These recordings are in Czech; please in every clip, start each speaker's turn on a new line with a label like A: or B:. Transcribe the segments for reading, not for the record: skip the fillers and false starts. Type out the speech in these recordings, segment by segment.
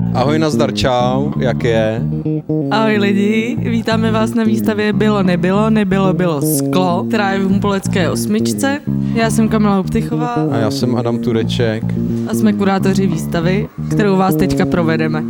A: Ahoj, nazdar, čau, jak je?
B: Ahoj lidi, vítáme vás na výstavě Bylo nebylo, nebylo bylo sklo, která je v Humpolecké 8. Já jsem Kamila Huptychová.
A: A já jsem Adam Tureček.
B: A jsme kurátoři výstavy, kterou vás teďka provedeme.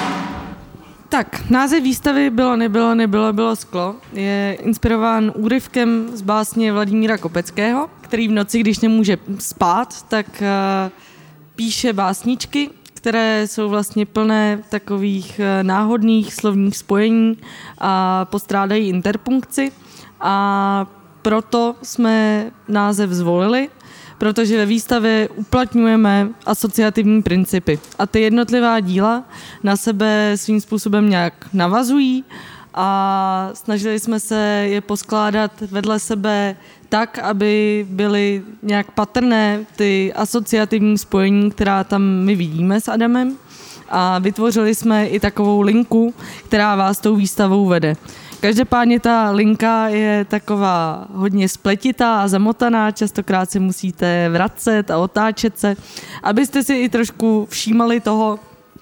B: Tak, název výstavy Bylo nebylo, nebylo bylo sklo je inspirován úryvkem z básně Vladimíra Kopeckého, který v noci, když nemůže spát, tak píše básničky, které jsou vlastně plné takových náhodných slovních spojení a postrádají interpunkci. A proto jsme název zvolili, protože ve výstavě uplatňujeme asociativní principy. A ty jednotlivá díla na sebe svým způsobem nějak navazují a snažili jsme se je poskládat vedle sebe tak, aby byly nějak patrné ty asociativní spojení, která tam my vidíme s Adamem. A vytvořili jsme i takovou linku, která vás tou výstavou vede. Každopádně ta linka je taková hodně spletitá a zamotaná, častokrát se musíte vracet a otáčet se, abyste si i trošku všímali toho,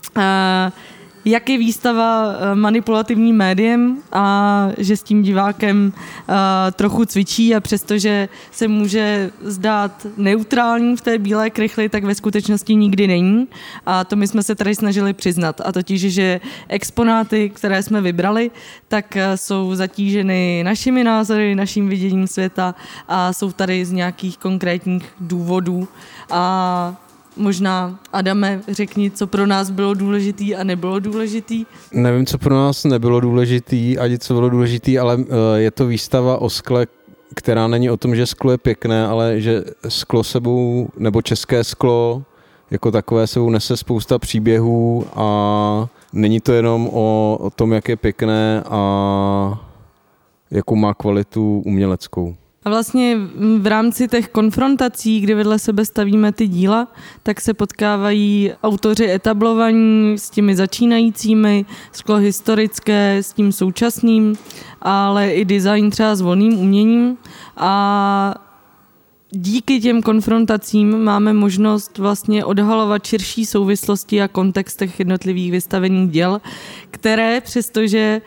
B: jak je výstava manipulativním médiem a že s tím divákem trochu cvičí a přestože se může zdát neutrální v té bílé krychli, tak ve skutečnosti nikdy není. A to my jsme se tady snažili přiznat. A totiž, že exponáty, které jsme vybrali, tak jsou zatíženy našimi názory, naším viděním světa a jsou tady z nějakých konkrétních důvodů. A možná, Adame, řekni, co pro nás bylo důležitý a nebylo důležitý.
A: Nevím, co pro nás nebylo důležitý, ani co bylo důležitý, ale je to výstava o skle, která není o tom, že sklo je pěkné, ale že sklo sebou, nebo české sklo jako takové sebou nese spousta příběhů a není to jenom o tom, jak je pěkné a jakou má kvalitu uměleckou.
B: A vlastně v rámci těch konfrontací, kdy vedle sebe stavíme ty díla, tak se potkávají autoři etablovaní s těmi začínajícími, sklo historické s tím současným, ale i design třeba s volným uměním. A díky těm konfrontacím máme možnost vlastně odhalovat širší souvislosti a kontext těch jednotlivých vystavených děl, které přestože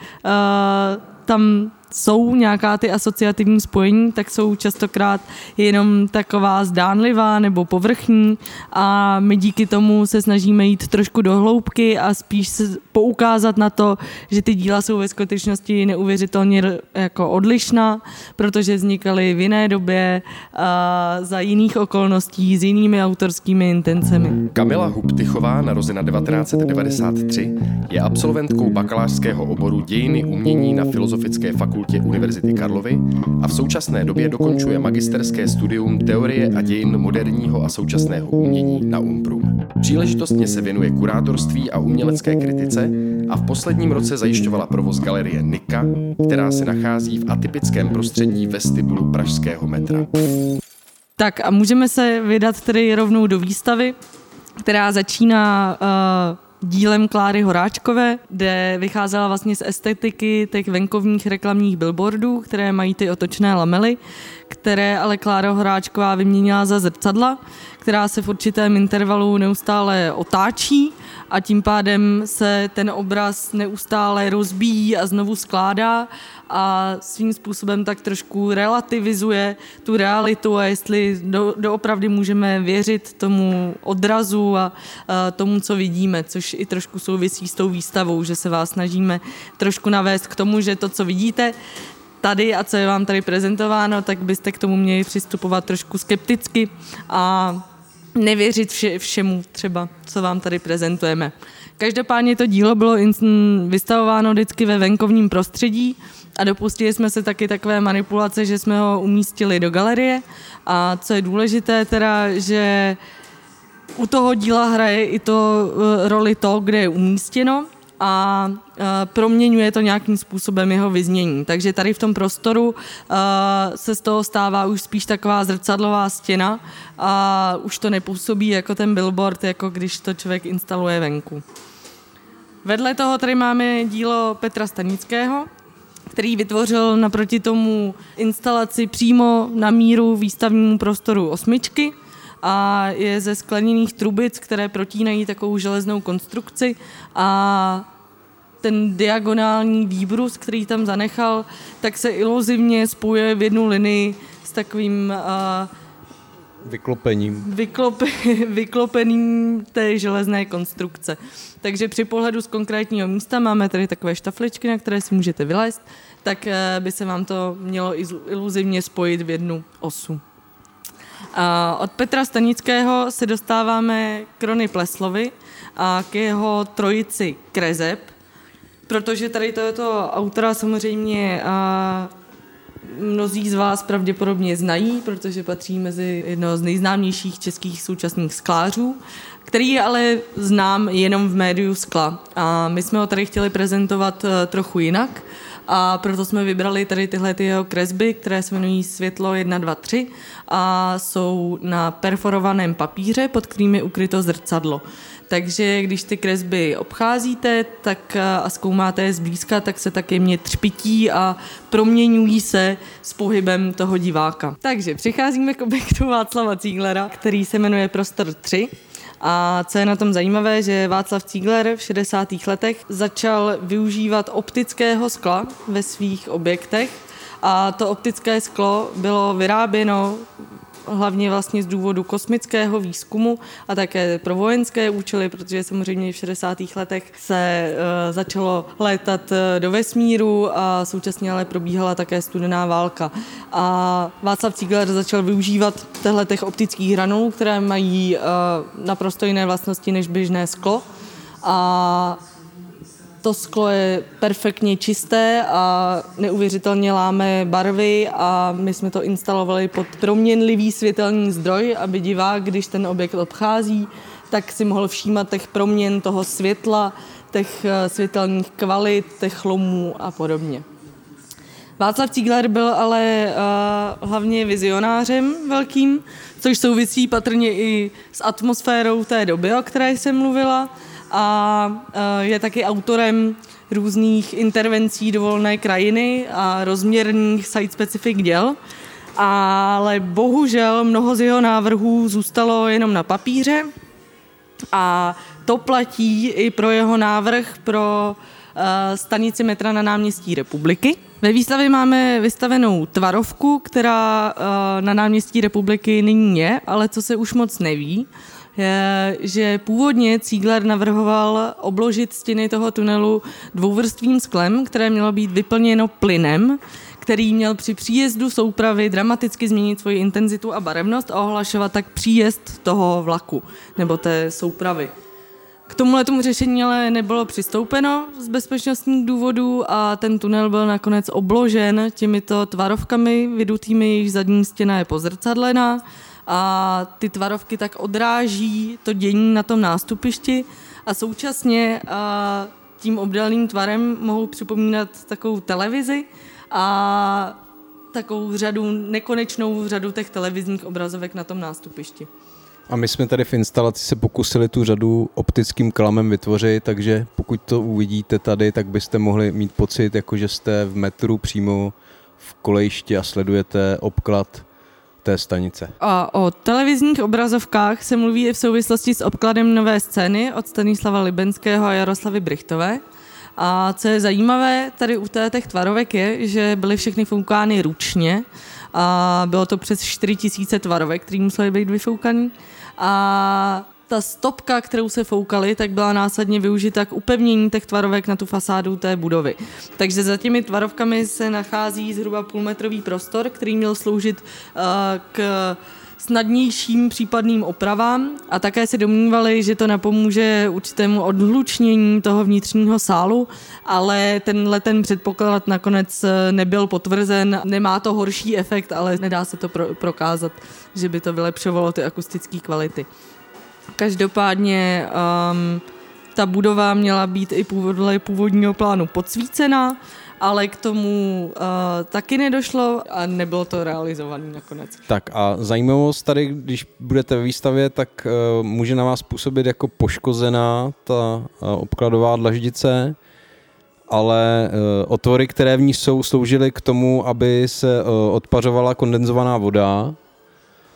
B: tam jsou nějaká ty asociativní spojení, tak jsou častokrát jenom taková zdánlivá nebo povrchní a my díky tomu se snažíme jít trošku do hloubky a spíš se poukázat na to, že ty díla jsou ve skutečnosti neuvěřitelně jako odlišná, protože vznikaly v jiné době za jiných okolností, s jinými autorskými intencemi.
C: Kamila Huptychová, narozena 1993, je absolventkou bakalářského oboru Dějiny umění na Filozofické fakultě Univerzity Karlovy a v současné době dokončuje magisterské studium teorie a dějin moderního a současného umění na Umprum. Příležitostně se věnuje kurátorství a umělecké kritice a v posledním roce zajišťovala provoz galerie Nika, která se nachází v atypickém prostředí vestibulu pražského metra.
B: Tak a můžeme se vydat tedy rovnou do výstavy, která začíná dílem Kláry Horáčkové, kde vycházela vlastně z estetiky těch venkovních reklamních billboardů, které mají ty otočné lamely, které ale Klára Horáčková vyměnila za zrcadla, která se v určitém intervalu neustále otáčí a tím pádem se ten obraz neustále rozbíjí a znovu skládá a svým způsobem tak trošku relativizuje tu realitu a jestli doopravdy můžeme věřit tomu odrazu a tomu, co vidíme, což i trošku souvisí s tou výstavou, že se vás snažíme trošku navést k tomu, že to, co vidíte tady a co je vám tady prezentováno, tak byste k tomu měli přistupovat trošku skepticky a nevěřit všemu třeba, co vám tady prezentujeme. Každopádně to dílo bylo vystavováno vždycky ve venkovním prostředí a dopustili jsme se taky takové manipulace, že jsme ho umístili do galerie a co je důležité teda, že u toho díla hraje i to roli to, kde je umístěno a proměňuje to nějakým způsobem jeho vyznění. Takže tady v tom prostoru se z toho stává už spíš taková zrcadlová stěna a už to nepůsobí jako ten billboard, jako když to člověk instaluje venku. Vedle toho tady máme dílo Petra Stanického, který vytvořil naproti tomu instalaci přímo na míru výstavnímu prostoru 8. a je ze skleněných trubic, které protínají takovou železnou konstrukci a ten diagonální výbrus, který tam zanechal, tak se iluzivně spojuje v jednu linii s takovým vyklopením té železné konstrukce. Takže při pohledu z konkrétního místa máme tady takové štafličky, na které si můžete vylézt, tak by se vám to mělo iluzivně spojit v jednu osu. Od Petra Stanického se dostáváme k Rony Pleslovi a k jeho trojici kreseb, protože tady tohoto autora samozřejmě mnozí z vás pravděpodobně znají, protože patří mezi jednoho z nejznámějších českých současných sklářů, který je ale znám jenom v médiu skla. A my jsme ho tady chtěli prezentovat trochu jinak a proto jsme vybrali tady tyhle jeho kresby, které se jmenují Světlo 1, 2, 3 a jsou na perforovaném papíře, pod kterým je ukryto zrcadlo. Takže když ty kresby obcházíte tak a zkoumáte je zblízka, tak se tak jemně třpití a proměňují se s pohybem toho diváka. Takže přicházíme k objektu Václava Cíglera, který se jmenuje Prostor 3. A co je na tom zajímavé, že Václav Cígler v 60. letech začal využívat optického skla ve svých objektech a to optické sklo bylo vyráběno hlavně vlastně z důvodu kosmického výzkumu a také pro vojenské účely, protože samozřejmě v 60. letech se začalo létat do vesmíru a současně ale probíhala také studená válka. A Václav Cígler začal využívat těchto optických hranulů, které mají naprosto jiné vlastnosti než běžné sklo. A to sklo je perfektně čisté a neuvěřitelně láme barvy a my jsme to instalovali pod proměnlivý světelný zdroj, aby divák, když ten objekt obchází, tak si mohl všímat těch proměn toho světla, těch světelných kvalit, těch lomů a podobně. Václav Cígler byl ale hlavně vizionářem velkým, což souvisí patrně i s atmosférou té doby, o které jsem mluvila, a je taky autorem různých intervencí do volné krajiny a rozměrných site-specific děl, ale bohužel mnoho z jeho návrhů zůstalo jenom na papíře a to platí i pro jeho návrh pro stanici metra na náměstí Republiky. Ve výstavě máme vystavenou tvarovku, která na náměstí Republiky nyní je, ale co se už moc neví, je, že původně Cígler navrhoval obložit stěny toho tunelu dvouvrstvým sklem, které mělo být vyplněno plynem, který měl při příjezdu soupravy dramaticky změnit svoji intenzitu a barevnost a ohlašovat tak příjezd toho vlaku nebo té soupravy. K tomuhletomu řešení ale nebylo přistoupeno z bezpečnostních důvodů a ten tunel byl nakonec obložen těmito tvarovkami vydutými, jejich zadní stěna je pozrcadlená a ty tvarovky tak odráží to dění na tom nástupišti a současně tím obdélným tvarem mohou připomínat takovou televizi a takovou nekonečnou řadu těch televizních obrazovek na tom nástupišti.
A: A my jsme tady v instalaci se pokusili tu řadu optickým klamem vytvořit, takže pokud to uvidíte tady, tak byste mohli mít pocit, jako že jste v metru přímo v kolejišti a sledujete obklad té stanice. A
B: o televizních obrazovkách se mluví i v souvislosti s obkladem Nové scény od Stanislava Libenského a Jaroslavy Brychtové. A co je zajímavé tady u těch tvarovek je, že byly všechny foukány ručně a bylo to přes 4000 tvarovek, které musely být vyfoukaný. A ta stopka, kterou se foukaly, tak byla následně využita k upevnění těch tvarovek na tu fasádu té budovy. Takže za těmi tvarovkami se nachází zhruba půlmetrový prostor, který měl sloužit k snadnějším případným opravám a také se domnívali, že to napomůže určitému odhlučnění toho vnitřního sálu, ale ten předpoklad nakonec nebyl potvrzen. Nemá to horší efekt, ale nedá se to prokázat, že by to vylepšovalo ty akustické kvality. Každopádně ta budova měla být i podle původního plánu podsvícená, ale k tomu taky nedošlo a nebylo to realizované nakonec.
A: Tak a zajímavost tady, když budete ve výstavě, tak může na vás působit jako poškozená ta obkladová dlaždice, ale otvory, které v ní jsou, sloužily k tomu, aby se odpařovala kondenzovaná voda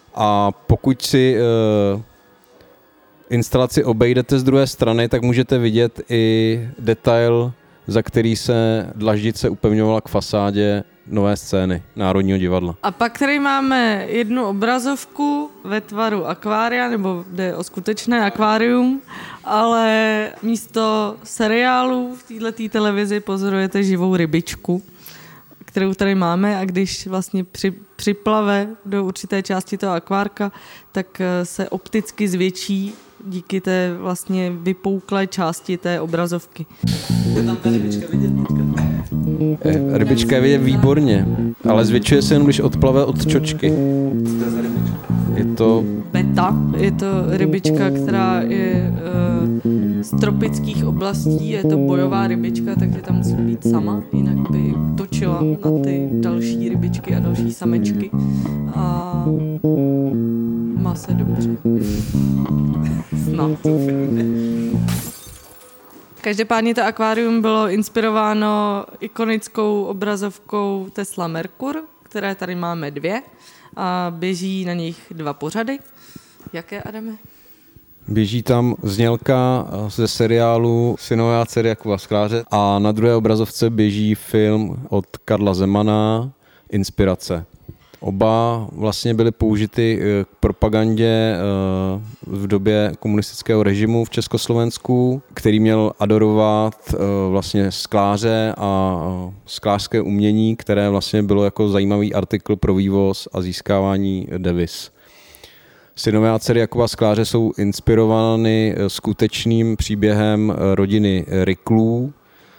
A: A pokud si instalaci obejdete z druhé strany, tak můžete vidět i detail, za který se dlaždice upevňovala k fasádě nové scény Národního divadla.
B: A pak tady máme jednu obrazovku ve tvaru akvária, nebo jde o skutečné akvárium, ale místo seriálu v této televizi pozorujete živou rybičku, kterou tady máme, a když vlastně připlave do určité části toho akvárka, tak se opticky zvětší díky té vlastně vypouklé části té obrazovky. Je tam ta rybička vidět?
A: Rybička je vidět výborně, ale zvětšuje se jen, když odplave od čočky.
B: Co to je za rybička?
A: Je to...
B: Beta. Je to rybička, která je z tropických oblastí. Je to bojová rybička, takže tam musí být sama, jinak by točila na ty další rybičky a další samečky. A má se dobře. Snad. Každopádně to akvárium bylo inspirováno ikonickou obrazovkou Tesla Merkur, které tady máme 2 a běží na nich 2 pořady. Jaké, Adame?
A: Běží tam znělka ze seriálu Synové a dcery Jakuba Skláře a na druhé obrazovce běží film od Karla Zemana Inspirace. Oba vlastně byly použity k propagandě v době komunistického režimu v Československu, který měl adorovat vlastně skláře a sklářské umění, které vlastně bylo jako zajímavý artikl pro vývoz a získávání deviz. Synové a dcery Jakuba Skláře jsou inspirovány skutečným příběhem rodiny Ryklů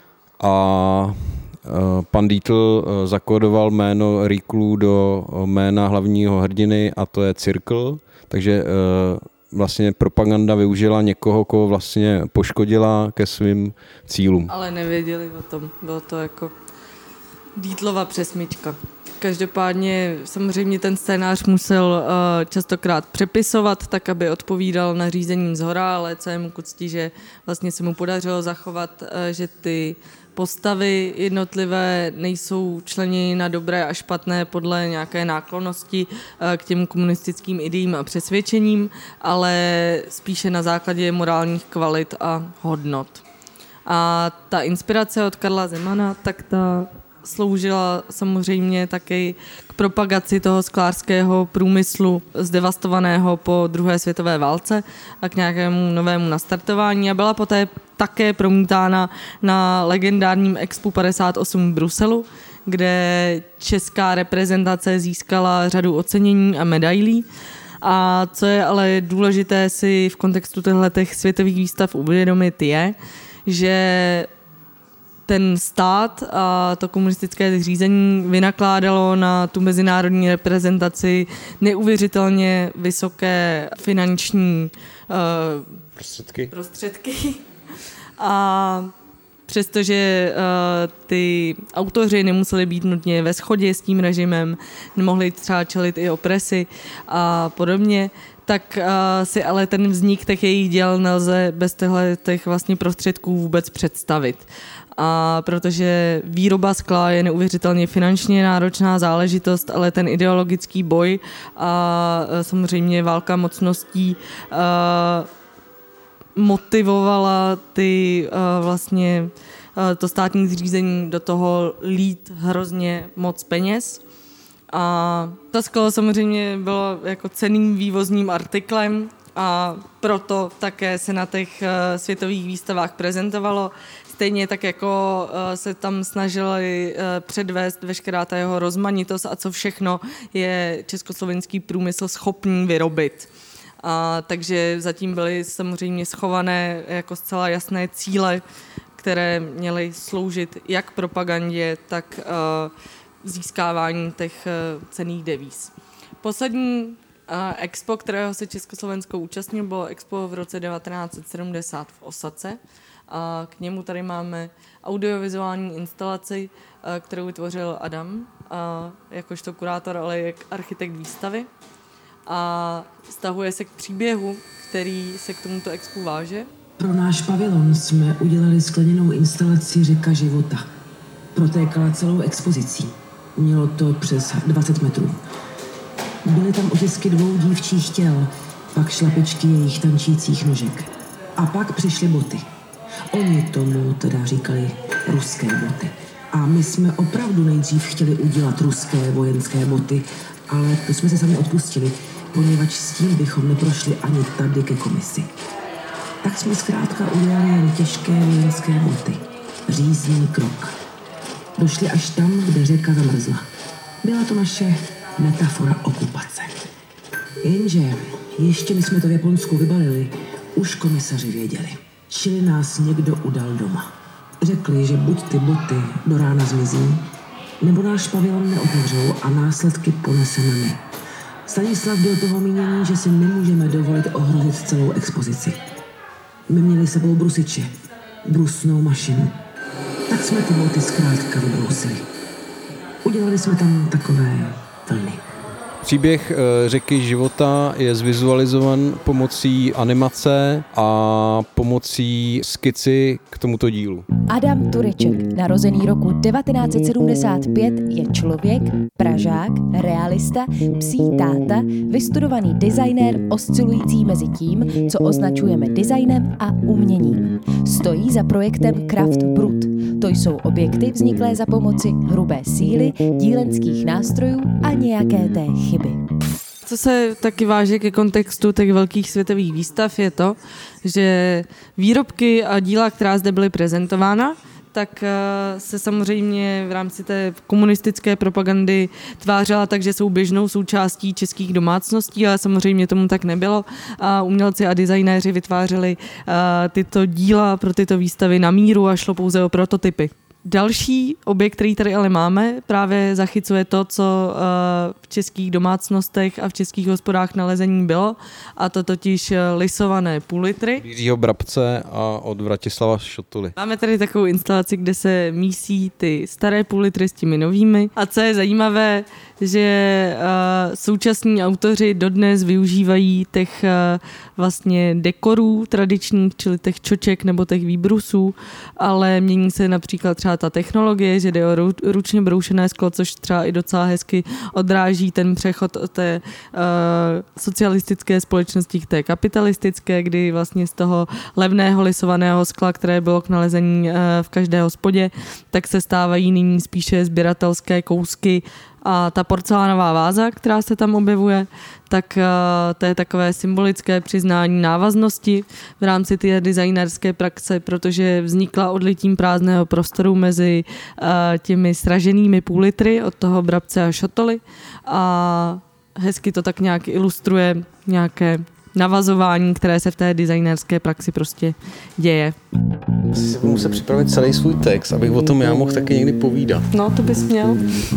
A: a pan Dietl zakódoval jméno Ryklů do jména hlavního hrdiny a to je Cirkl, takže vlastně propaganda využila někoho, koho vlastně poškodila ke svým cílům.
B: Ale nevěděli o tom, bylo to jako Dietlova přesmička. Každopádně samozřejmě ten scénář musel častokrát přepisovat, tak aby odpovídal nařízením zhora, ale co je mu k úcti, že vlastně se mu podařilo zachovat, že ty postavy jednotlivé nejsou členěny na dobré a špatné podle nějaké náklonnosti k těm komunistickým ideím a přesvědčením, ale spíše na základě morálních kvalit a hodnot. A ta inspirace od Karla Zemana, tak ta sloužila samozřejmě také k propagaci toho sklářského průmyslu zdevastovaného po druhé světové válce a k nějakému novému nastartování a byla poté také promítána na legendárním Expu 58 v Bruselu, kde česká reprezentace získala řadu ocenění a medailí. A co je ale důležité si v kontextu těchto světových výstav uvědomit je, že ten stát a to komunistické zřízení vynakládalo na tu mezinárodní reprezentaci neuvěřitelně vysoké finanční prostředky. A přestože ty autoři nemuseli být nutně ve shodě s tím režimem, nemohli třeba čelit i opresi a podobně, tak si ale ten vznik těch jejich děl nelze bez těch vlastně prostředků vůbec představit. A protože výroba skla je neuvěřitelně finančně náročná záležitost, ale ten ideologický boj a samozřejmě válka mocností motivovala ty vlastně to státní zřízení do toho lít hrozně moc peněz. A to sklo samozřejmě bylo jako cenným vývozním artiklem a proto také se na těch světových výstavách prezentovalo. Stejně tak jako se tam snažili předvést veškerá ta jeho rozmanitost a co všechno je československý průmysl schopný vyrobit. Takže zatím byly samozřejmě schované jako zcela jasné cíle, které měly sloužit jak propagandě, tak získávání těch cenných devíz. Poslední expo, kterého se Československo účastnil, bylo expo v roce 1970 v Osace. A k němu tady máme audiovizuální instalaci, kterou vytvořil Adam, jakožto kurátor, ale jak architekt výstavy. A vztahuje se k příběhu, který se k tomuto expu váže.
D: Pro náš pavilon jsme udělali skleněnou instalaci Řeka života. Protékala celou expozicí. Mělo to přes 20 metrů. Byly tam otisky 2 dívčích těl, pak šlapičky jejich tančících nožek. A pak přišly boty. Oni tomu teda říkali ruské boty. A my jsme opravdu nejdřív chtěli udělat ruské vojenské boty, ale to jsme se sami odpustili, poněvadž s tím bychom neprošli ani tady ke komisi. Tak jsme zkrátka udělali jen těžké vojenské boty. Řízný krok. Došli až tam, kde řeka zamrzla. Byla to naše metafora okupace. Jenže ještě my jsme to v Japonsku vybalili, už komisaři věděli. Čili nás někdo udal doma. Řekli, že buď ty boty do rána zmizí, nebo náš pavilon neotevřou a následky poneseme my. Stanislav byl toho mínění, že si nemůžeme dovolit ohrozit celou expozici. My měli sebou brusiče, brusnou mašinu. Tak jsme ty boty zkrátka vybrousili. Udělali jsme tam takové vlny.
A: Příběh řeky života je zvizualizovan pomocí animace a pomocí skici k tomuto dílu.
E: Adam Tureček, narozený roku 1975, je člověk, Pražák, realista, psí táta, vystudovaný designér oscilující mezi tím, co označujeme designem a uměním. Stojí za projektem Kraft Brut. To jsou objekty vzniklé za pomoci hrubé síly, dílenských nástrojů a nějaké té chyby.
B: Co se taky váže ke kontextu těch velkých světových výstav je to, že výrobky a díla, která zde byly prezentována, tak se samozřejmě v rámci té komunistické propagandy tvářila tak, že jsou běžnou součástí českých domácností, ale samozřejmě tomu tak nebylo. A umělci a designéři vytvářeli tyto díla pro tyto výstavy na míru a šlo pouze o prototypy. Další objekt, který tady ale máme, právě zachycuje to, co v českých domácnostech a v českých hospodách nalezení bylo, a to totiž lisované půllitry.
A: Jiřího Brabce a od Vratislava Šotuly.
B: Máme tady takovou instalaci, kde se mísí ty staré půllitry s těmi novými. A co je zajímavé, že současní autoři dodnes využívají těch vlastně dekorů tradičních, čili těch čoček nebo těch výbrusů, ale mění se například třeba ta technologie, že jde o ručně broušené sklo, což třeba i docela hezky odráží ten přechod od té socialistické společnosti k té kapitalistické, kdy vlastně z toho levného lisovaného skla, které bylo k nalezení v každé hospodě, tak se stávají nyní spíše sběratelské kousky. A ta porcelánová váza, která se tam objevuje, tak to je takové symbolické přiznání návaznosti v rámci té designerské praxe, protože vznikla odlitím prázdného prostoru mezi těmi sraženými půllitry od toho Brabce a Šotoly a hezky to tak nějak ilustruje nějaké navazování, které se v té designerské praxi prostě děje.
A: Asi si budu muset připravit celý svůj text, abych o tom já mohl taky někdy povídat.
B: No, to bys měl.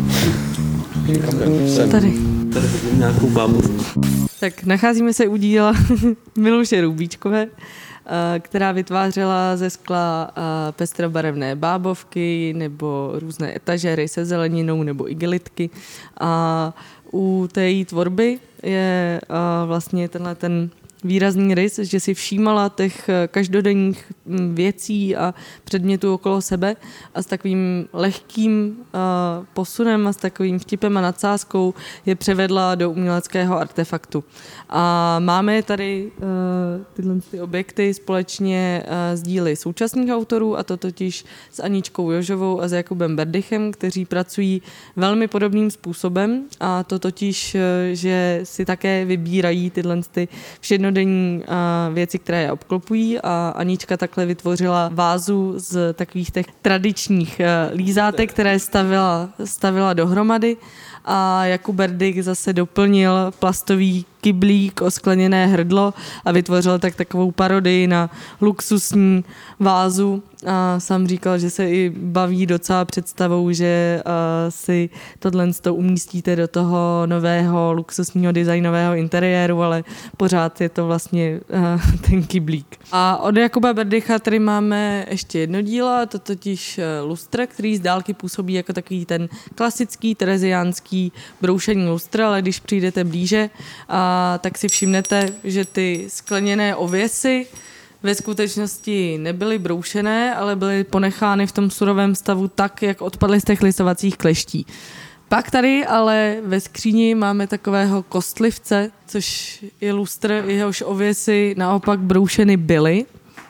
B: Tady
F: vidím nějakou bábu.
B: Tak nacházíme se u díla Miluše Rubíčkové, která vytvářela ze skla pestrobarevné bábovky nebo různé etažery se zeleninou nebo igelitky. A u té její tvorby je vlastně tenhle ten výrazný rys, že si všímala těch každodenních věcí a předmětů okolo sebe a s takovým lehkým posunem a s takovým vtipem a nadsázkou je převedla do uměleckého artefaktu. A máme tady tyhle ty objekty společně s díly současných autorů, a to totiž s Aničkou Jožovou a s Jakubem Berdychem, kteří pracují velmi podobným způsobem, a to totiž, že si také vybírají tyhle ty všednodenní věci, které je obklopují, a Anička takhle vytvořila vázu z takových těch tradičních lízátek, které stavila dohromady, a Jakub Berdych zase doplnil plastový kyblík o skleněné hrdlo a vytvořil takovou parodii na luxusní vázu, a sám říkal, že se i baví docela představou, že si tohle umístíte do toho nového luxusního designového interiéru, ale pořád je to vlastně ten kyblík. A od Jakuba Berdycha tady máme ještě jedno dílo, to totiž lustr, který z dálky působí jako takový ten klasický tereziánský broušený lustr, ale když přijdete blíže, tak si všimnete, že ty skleněné ověsy ve skutečnosti nebyly broušené, ale byly ponechány v tom surovém stavu tak, jak odpadly z těch lisovacích kleští. Pak tady ale ve skříni máme takového kostlivce, což je lustr, jehož ověsy naopak broušeny byly.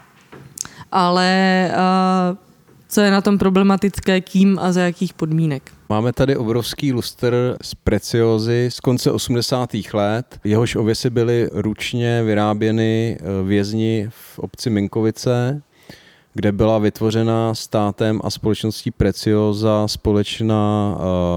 B: Ale co je na tom problematické, kým a za jakých podmínek?
A: Máme tady obrovský lustr z preciózy z konce 80. let. Jehož ověsy byly ručně vyráběny vězni v obci Minkovice, kde byla vytvořena státem a společností Preciosa společná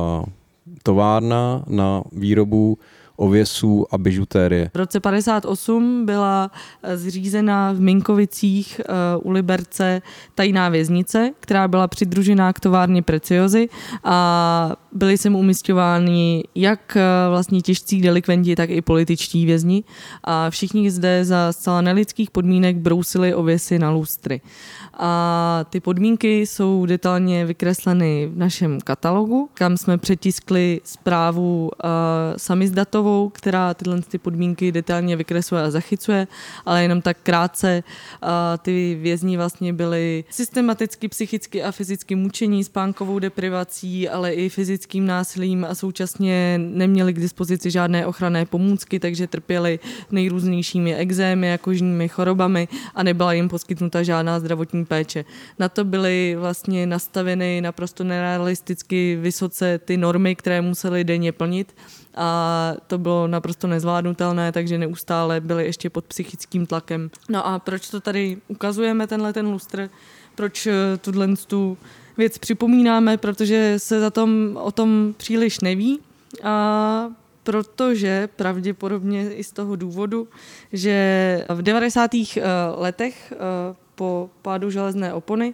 A: továrna na výrobu ověsů a bižutérie.
B: V roce 58 byla zřízena v Minkovicích u Liberce tajná věznice, která byla přidružená k továrně Preciosy a byly sem umisťováni jak vlastně těžcí delikventi, tak i političtí vězni a všichni zde za zcela nelidských podmínek brousili ověsy na lustry. A ty podmínky jsou detailně vykresleny v našem katalogu, kam jsme přetiskli zprávu samizdatovou, která tyhle ty podmínky detailně vykresluje a zachycuje, ale jenom tak krátce. Ty vězni vlastně byli systematicky psychicky a fyzicky mučení, spánkovou deprivací, ale i fyzickým násilím a současně neměli k dispozici žádné ochranné pomůcky, takže trpěli nejrůznějšími ekzémy a kožními chorobami a nebyla jim poskytnuta žádná zdravotní péče. Na to byly vlastně nastaveny naprosto nerealisticky vysoce ty normy, které museli denně plnit a to bylo naprosto nezvládnutelné, takže neustále byli ještě pod psychickým tlakem. No a proč to tady ukazujeme, ten lustr? Proč tu věc připomínáme? Protože se o tom příliš neví a protože pravděpodobně i z toho důvodu, že v 90. letech po pádu železné opony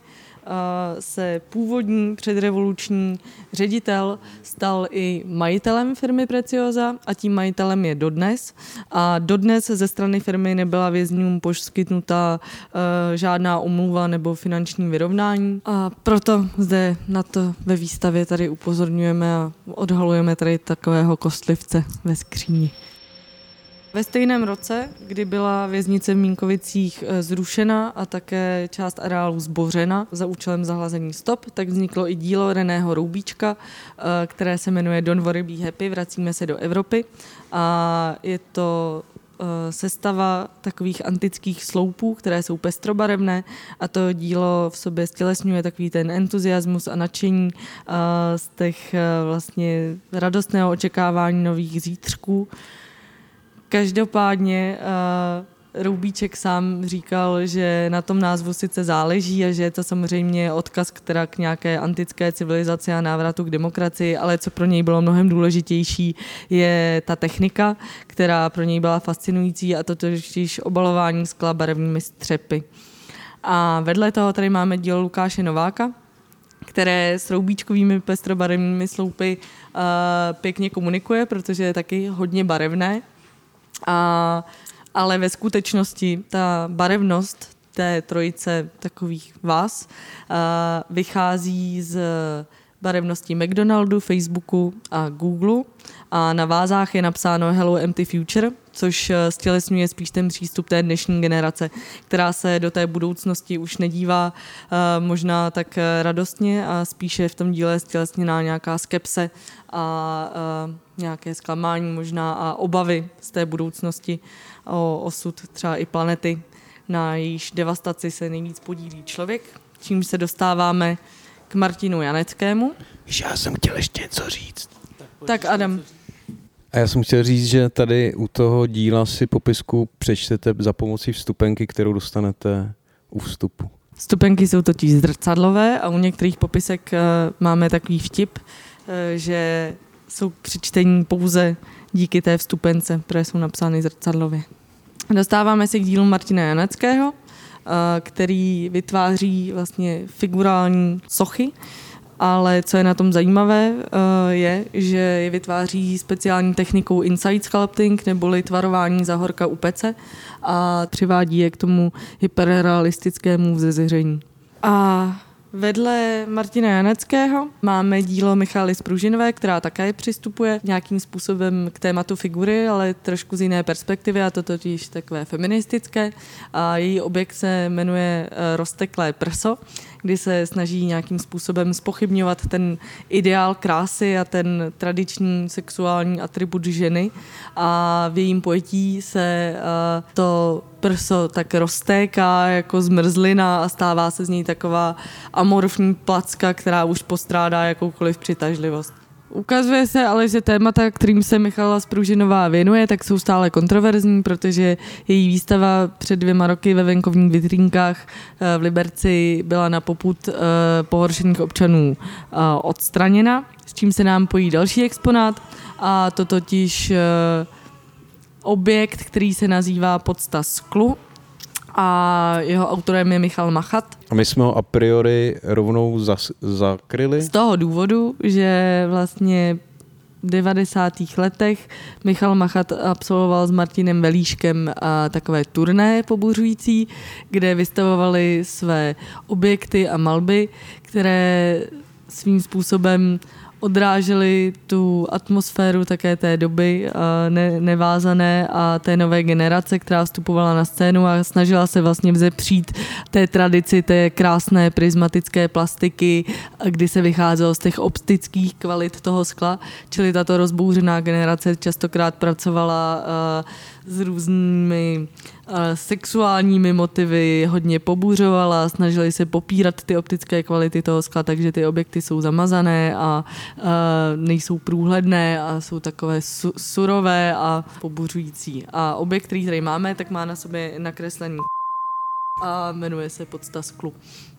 B: se původní předrevoluční ředitel stal i majitelem firmy Preciosa a tím majitelem je dodnes. A dodnes ze strany firmy nebyla vězňům poskytnuta žádná omluva nebo finanční vyrovnání. A proto zde na to ve výstavě tady upozorňujeme a odhalujeme tady takového kostlivce ve skříni. Ve stejném roce, kdy byla věznice v Mínkovicích zrušena a také část areálu zbořena za účelem zahlazení stop, tak vzniklo i dílo Reného Roubíčka, které se jmenuje Don't worry, be happy, vracíme se do Evropy. A je to sestava takových antických sloupů, které jsou pestrobarevné a to dílo v sobě stělesňuje takový ten entuziasmus a nadšení z těch vlastně radostného očekávání nových zítřků. Každopádně Roubíček sám říkal, že na tom názvu sice záleží a že je to samozřejmě odkaz k nějaké antické civilizaci a návratu k demokracii, ale co pro něj bylo mnohem důležitější, je ta technika, která pro něj byla fascinující a to totiž obalování skla barevnými střepy. A vedle toho tady máme dílo Lukáše Nováka, které s roubíčkovými pestrobarevnými sloupy pěkně komunikuje, protože je taky hodně barevné. Ale ve skutečnosti ta barevnost té trojice takových vás vychází z barevnosti McDonaldu, Facebooku a Google a na vázách je napsáno Hello Empty Future, což stělesňuje spíš ten přístup té dnešní generace, která se do té budoucnosti už nedívá možná tak radostně a spíše v tom díle stělesněná nějaká skepse a nějaké zklamání možná a obavy z té budoucnosti o osud třeba i planety, na jejíž devastaci se nejvíc podílí člověk, čímž se dostáváme k Martinu Janeckému.
A: Já jsem chtěl ještě něco říct.
B: Tak Adam.
A: A já jsem chtěl říct, že tady u toho díla si popisku přečtete za pomocí vstupenky, kterou dostanete u vstupu.
B: Vstupenky jsou totiž zrcadlové a u některých popisek máme takový vtip, že jsou k přečtení pouze díky té vstupence, které jsou napsány zrcadlově. Dostáváme se k dílu Martina Janeckého, který vytváří vlastně figurální sochy, ale co je na tom zajímavé, je, že je vytváří speciální technikou inside sculpting neboli tvarování za horka u pece a přivádí je k tomu hyperrealistickému vzezeření. A vedle Martina Janeckého máme dílo Michaely Spružinové, která také přistupuje nějakým způsobem k tématu figury, ale trošku z jiné perspektivy, a to totiž takové feministické. A její objekt se jmenuje Rozteklé prso. kdy se snaží nějakým způsobem zpochybňovat ten ideál krásy a ten tradiční sexuální atribut ženy a v jejím pojetí se to prso tak roztéká jako zmrzlina a stává se z něj taková amorfní placka, která už postrádá jakoukoliv přitažlivost. Ukazuje se ale, že témata, kterým se Michala Spružinová věnuje, tak jsou stále kontroverzní, protože její výstava před 2 roky ve venkovních vitrínkách v Liberci byla na popud pohoršených občanů odstraněna, s čím se nám pojí další exponát, a to totiž objekt, který se nazývá Podsta sklu, a jeho autorem je Michal Machat.
A: A my jsme ho a priori rovnou zakryli?
B: Z toho důvodu, že vlastně v 90. letech Michal Machat absolvoval s Martinem Velíškem takové turné pobuřující, kde vystavovali své objekty a malby, které svým způsobem odrážely tu atmosféru také té doby nevázané a té nové generace, která vstupovala na scénu a snažila se vlastně vzepřít té tradici té krásné prismatické plastiky, kdy se vycházelo z těch optických kvalit toho skla, čili tato rozbouřená generace častokrát pracovala s různými sexuálními motivy, hodně pobuřovala, snažili se popírat ty optické kvality toho skla, takže ty objekty jsou zamazané a nejsou průhledné a jsou takové surové a pobuřující. A objekt, který tady máme, tak má na sobě nakreslený a jmenuje se Podsta sklu.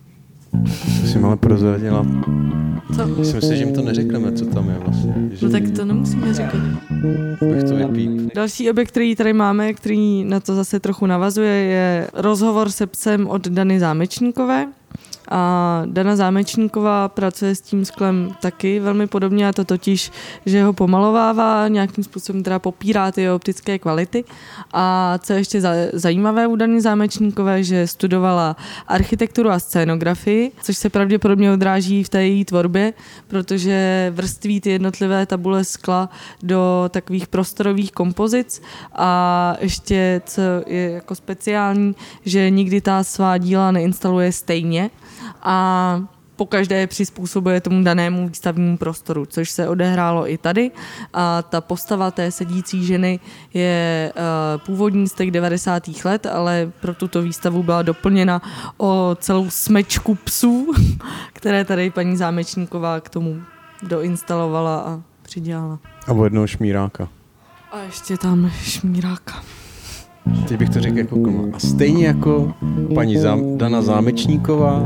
A: To si ale prozradila.
B: Co?
A: Myslím si, že jim to neřekneme, co tam je vlastně.
B: No tak to nemusíme říkat.
A: Bych to vypíp.
B: Další objekt, který tady máme, který na to zase trochu navazuje, je rozhovor se psem od Dany Zámečníkové. A Dana Zámečníková pracuje s tím sklem taky velmi podobně, a to totiž, že ho pomalovává, nějakým způsobem teda popírá ty optické kvality. A co je ještě zajímavé u Dany Zámečníkové, že studovala architekturu a scénografii, což se pravděpodobně odráží v té její tvorbě, protože vrství ty jednotlivé tabule skla do takových prostorových kompozic a ještě, co je jako speciální, že nikdy ta svá díla neinstaluje stejně, a pokaždé je přizpůsobuje tomu danému výstavnímu prostoru, což se odehrálo i tady. A ta postava té sedící ženy je původní z těch 90. let, ale pro tuto výstavu byla doplněna o celou smečku psů, které tady paní Zámečníková k tomu doinstalovala a přidělala.
A: A o jednoho šmíráka.
B: A ještě tam šmíráka.
A: Teď bych to řekl jako klima. A stejně jako paní Dana Zámečníková,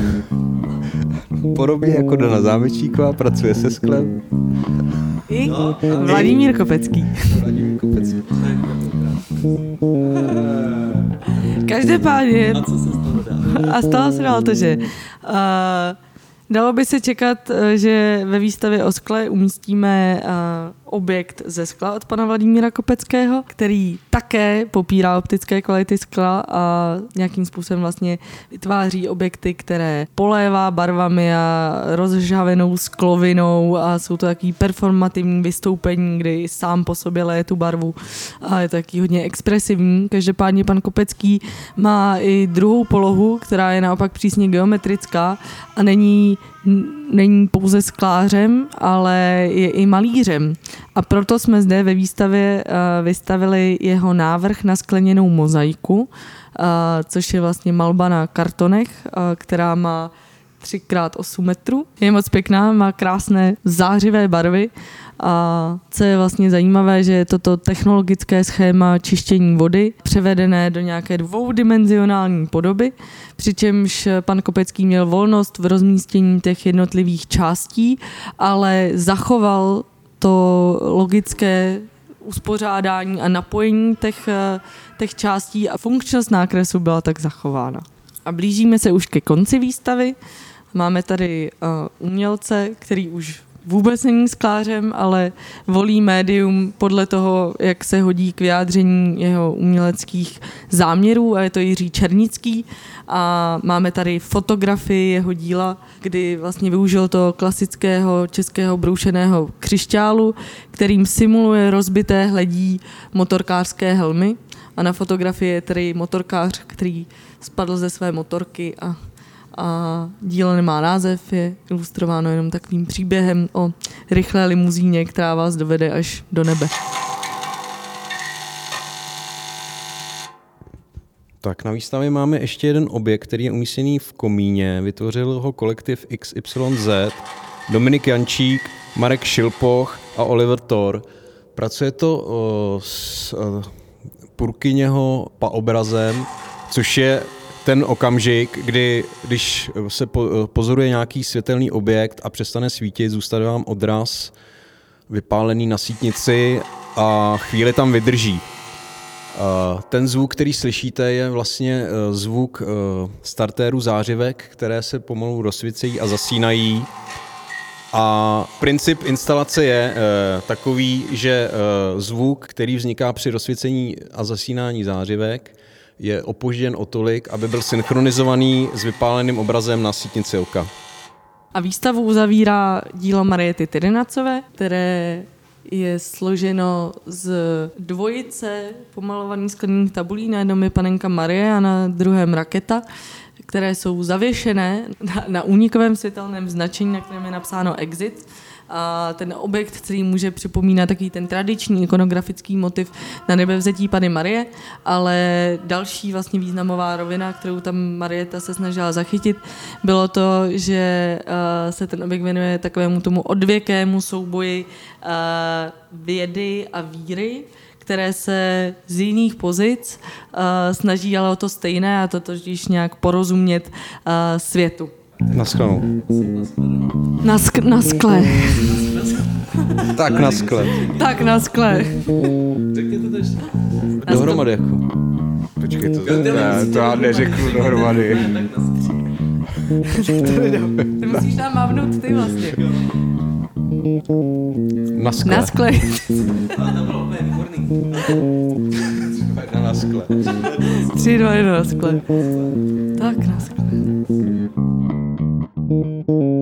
A: podobně jako Dana Zámečníková, pracuje se sklem.
B: I Vladimír Kopecký. Každopádně.
F: A co se stalo dál?
B: A stalo se dál to, že dalo by se čekat, že ve výstavě o skle umístíme objekt ze skla od pana Vladimíra Kopeckého, který také popírá optické kvality skla a nějakým způsobem vlastně vytváří objekty, které polévá barvami a rozžhavenou sklovinou a jsou to takový performativní vystoupení, kdy sám po sobě leje tu barvu a je to taky hodně expresivní. Každopádně pan Kopecký má i druhou polohu, která je naopak přísně geometrická a není pouze sklářem, ale je i malířem. A proto jsme zde ve výstavě vystavili jeho návrh na skleněnou mozaiku, což je vlastně malba na kartonech, která má 3x8 metrů. Je moc pěkná, má krásné zářivé barvy. A co je vlastně zajímavé, že je toto technologické schéma čištění vody převedené do nějaké dvoudimenzionální podoby, přičemž pan Kopecký měl volnost v rozmístění těch jednotlivých částí, ale zachoval to logické uspořádání a napojení těch částí a funkčnost nákresu byla tak zachována. A blížíme se už ke konci výstavy. Máme tady umělce, který už vůbec není sklářem, ale volí médium podle toho, jak se hodí k vyjádření jeho uměleckých záměrů, a je to Jiří Černický. A máme tady fotografii jeho díla, kdy vlastně využil to klasického českého broušeného křišťálu, kterým simuluje rozbité hledí motorkářské helmy. A na fotografii je tedy motorkář, který spadl ze své motorky A dílo nemá název, je ilustrováno jenom takovým příběhem o rychlé limuzíně, která vás dovede až do nebe.
A: Tak na výstavě máme ještě jeden objekt, který je umístěný v komíně. Vytvořil ho kolektiv XYZ, Dominik Jančík, Marek Šilpoch a Oliver Thor. Pracuje to s Purkyněho paobrazem, což je ten okamžik, kdy když se pozoruje nějaký světelný objekt a přestane svítit, zůstane vám odraz vypálený na sítnici a chvíli tam vydrží. Ten zvuk, který slyšíte, je vlastně zvuk startéru zářivek, které se pomalu rozsvícejí a zasínají. A princip instalace je takový, že zvuk, který vzniká při rozsvícení a zasínání zářivek, je opožděn o tolik, aby byl synchronizovaný s vypáleným obrazem na sítnici oka.
B: A výstavu uzavírá dílo Mariety Tyrynacové, které je složeno z dvojice pomalovaných skleněných tabulí. Na jednom je panenka Marie a na druhém raketa, které jsou zavěšené na únikovém světelném značení, na kterém je napsáno Exit. A ten objekt celý může připomínat takový ten tradiční ikonografický motiv na nebevzetí Panny Marie, ale další vlastně významová rovina, kterou tam Marieta se snažila zachytit, bylo to, že se ten objekt věnuje takovému tomu odvěkému souboji vědy a víry, které se z jiných pozic snaží ale o to stejné, a to totiž nějak porozumět světu.
A: Naschledanou.
B: Na skle.
A: Tak na skle.
B: Tak na skle.
F: Řekněte to ještě.
A: Dohromady jako. Počkej, to já neřeknu dohromady.
B: Ty musíš nám mávnout ty vlastně.
A: Na skle.
B: Na skle.
F: To bylo úplně výborný.
A: Na skle.
B: 3, 2, 1 na skle. Tak na skle.